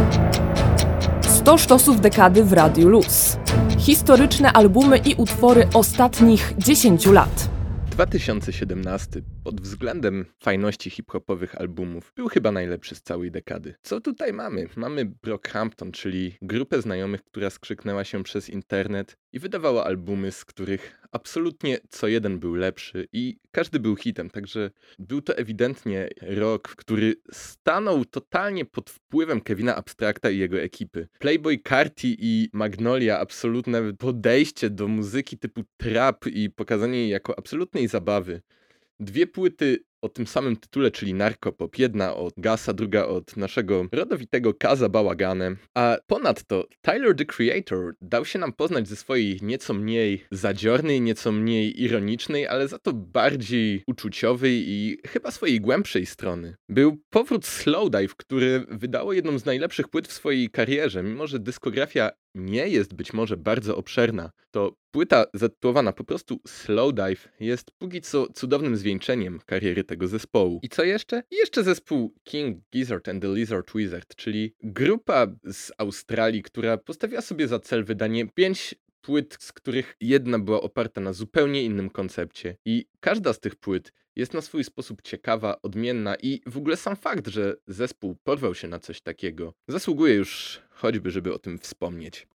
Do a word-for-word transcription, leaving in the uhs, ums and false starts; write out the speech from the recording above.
sto sztosów dekady w Radiu Luz. Historyczne albumy i utwory ostatnich dziesięciu lat. dwa tysiące siedemnasty pod względem fajności hip-hopowych albumów był chyba najlepszy z całej dekady. Co tutaj mamy? Mamy Brockhampton, czyli grupę znajomych, która skrzyknęła się przez internet i wydawała albumy, z których absolutnie co jeden był lepszy i każdy był hitem, także był to ewidentnie rock, który stanął totalnie pod wpływem Kevina Abstrakta i jego ekipy. Playboi Carti i Magnolia, absolutne podejście do muzyki typu trap i pokazanie jej jako absolutnej zabawy. Dwie płyty o tym samym tytule, czyli Narkopop. Jedna od Gasa, druga od naszego rodowitego Kaza Bałagane. A ponadto Tyler, the Creator, dał się nam poznać ze swojej nieco mniej zadziornej, nieco mniej ironicznej, ale za to bardziej uczuciowej i chyba swojej głębszej strony. Był powrót Slowdive, który wydało jedną z najlepszych płyt w swojej karierze. Mimo że dyskografia nie jest być może bardzo obszerna, to płyta zatytułowana po prostu Slowdive jest póki co cudownym zwieńczeniem kariery tego zespołu. I co jeszcze? I jeszcze zespół King Gizzard and the Lizard Wizard, czyli grupa z Australii, która postawiła sobie za cel wydanie pięć płyt, z których jedna była oparta na zupełnie innym koncepcie. I każda z tych płyt jest na swój sposób ciekawa, odmienna i w ogóle sam fakt, że zespół porwał się na coś takiego, zasługuje już choćby, żeby o tym wspomnieć.